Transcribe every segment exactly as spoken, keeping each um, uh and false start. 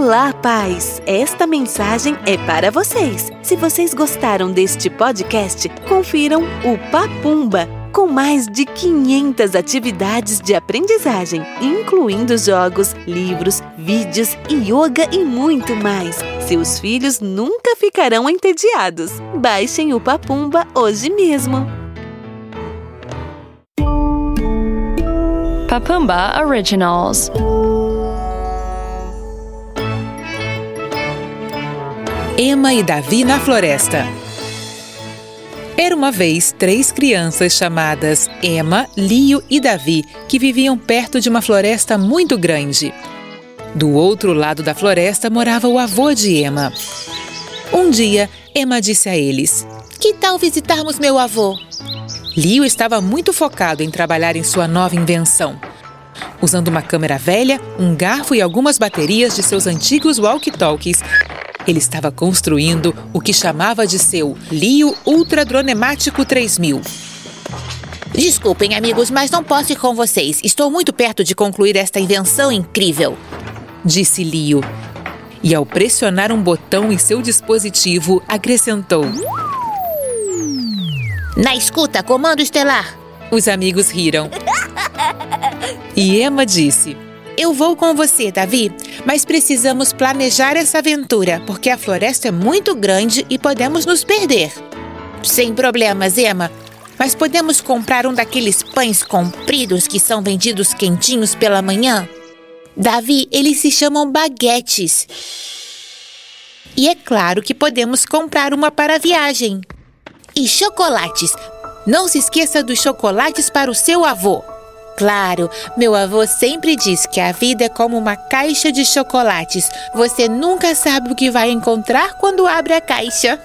Olá, pais! Esta mensagem é para vocês. Se vocês gostaram deste podcast, confiram o Papumba, com mais de quinhentas atividades de aprendizagem, incluindo jogos, livros, vídeos, yoga e muito mais. Seus filhos nunca ficarão entediados. Baixem o Papumba hoje mesmo. Papumba Originals. Emma e Davi na floresta. Era uma vez três crianças chamadas Emma, Lio e Davi, que viviam perto de uma floresta muito grande. Do outro lado da floresta morava o avô de Emma. Um dia, Emma disse a eles: "Que tal visitarmos meu avô?" Lio estava muito focado em trabalhar em sua nova invenção. Usando uma câmera velha, um garfo e algumas baterias de seus antigos walkie-talkies, ele estava construindo o que chamava de seu Lio Ultra Dronemático três mil. Desculpem, amigos, mas não posso ir com vocês. Estou muito perto de concluir esta invenção incrível, disse Lio. E ao pressionar um botão em seu dispositivo, acrescentou: "Na escuta, comando estelar." Os amigos riram. E Emma disse: "Eu vou com você, Davi, mas precisamos planejar essa aventura, porque a floresta é muito grande e podemos nos perder." "Sem problemas, Emma, mas podemos comprar um daqueles pães compridos que são vendidos quentinhos pela manhã?" "Davi, eles se chamam baguetes. E é claro que podemos comprar uma para a viagem." "E chocolates. Não se esqueça dos chocolates para o seu avô." "Claro, meu avô sempre diz que a vida é como uma caixa de chocolates. Você nunca sabe o que vai encontrar quando abre a caixa."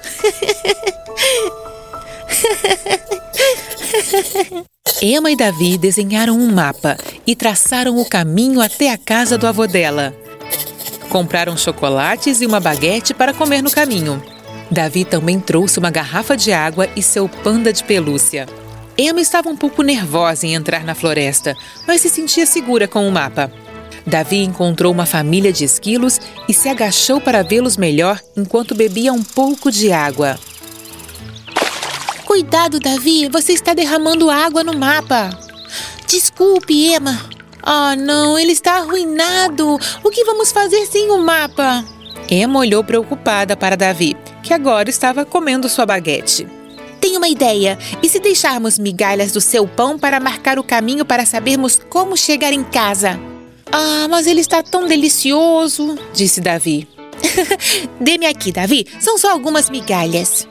Emma e Davi desenharam um mapa e traçaram o caminho até a casa do avô dela. Compraram chocolates e uma baguete para comer no caminho. Davi também trouxe uma garrafa de água e seu panda de pelúcia. Emma estava um pouco nervosa em entrar na floresta, mas se sentia segura com o mapa. Davi encontrou uma família de esquilos e se agachou para vê-los melhor enquanto bebia um pouco de água. "Cuidado, Davi, você está derramando água no mapa." "Desculpe, Emma." "Ah, não, ele está arruinado. O que vamos fazer sem o mapa?" Emma olhou preocupada para Davi, que agora estava comendo sua baguete. "Tenho uma ideia. E se deixarmos migalhas do seu pão para marcar o caminho para sabermos como chegar em casa?" "Ah, mas ele está tão delicioso", disse Davi. "Dê-me aqui, Davi. São só algumas migalhas."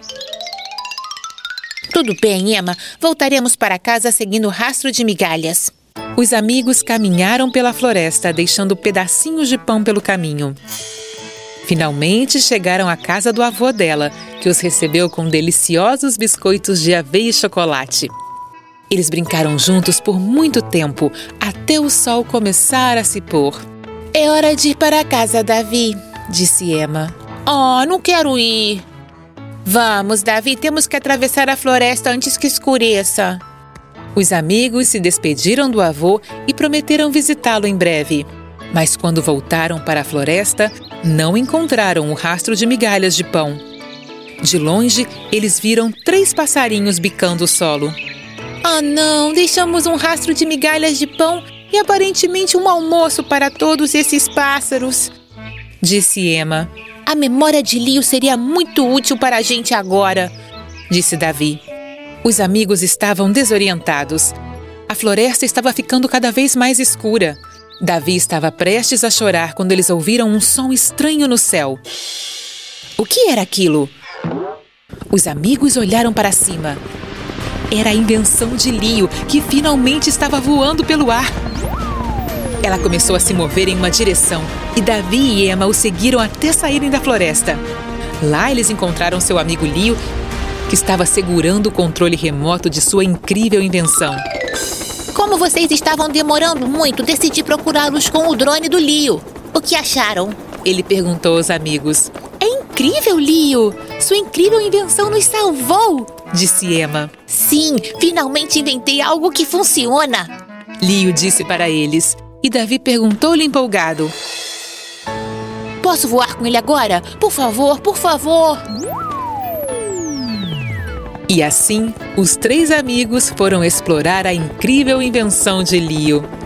"Tudo bem, Emma. Voltaremos para casa seguindo o rastro de migalhas." Os amigos caminharam pela floresta, deixando pedacinhos de pão pelo caminho. Finalmente chegaram à casa do avô dela, que os recebeu com deliciosos biscoitos de aveia e chocolate. Eles brincaram juntos por muito tempo, até o sol começar a se pôr. "É hora de ir para casa, Davi", disse Emma. "Oh, não quero ir." "Vamos, Davi, temos que atravessar a floresta antes que escureça." Os amigos se despediram do avô e prometeram visitá-lo em breve. Mas quando voltaram para a floresta, não encontraram o rastro de migalhas de pão. De longe, eles viram três passarinhos bicando o solo. "Ah, não! Deixamos um rastro de migalhas de pão e aparentemente um almoço para todos esses pássaros", disse Emma. "A memória de Lio seria muito útil para a gente agora", disse Davi. Os amigos estavam desorientados. A floresta estava ficando cada vez mais escura. Davi estava prestes a chorar quando eles ouviram um som estranho no céu. O que era aquilo? Os amigos olharam para cima. Era a invenção de Lio, que finalmente estava voando pelo ar. Ela começou a se mover em uma direção e Davi e Emma o seguiram até saírem da floresta. Lá eles encontraram seu amigo Lio, que estava segurando o controle remoto de sua incrível invenção. "Como vocês estavam demorando muito, decidi procurá-los com o drone do Lio. O que acharam?" Ele perguntou aos amigos. "É incrível, Lio! Sua incrível invenção nos salvou!" disse Emma. "Sim, finalmente inventei algo que funciona!" Lio disse para eles. E Davi perguntou-lhe empolgado: Posso voar com ele agora? Por favor, por favor! E assim, os três amigos foram explorar a incrível invenção de Leo.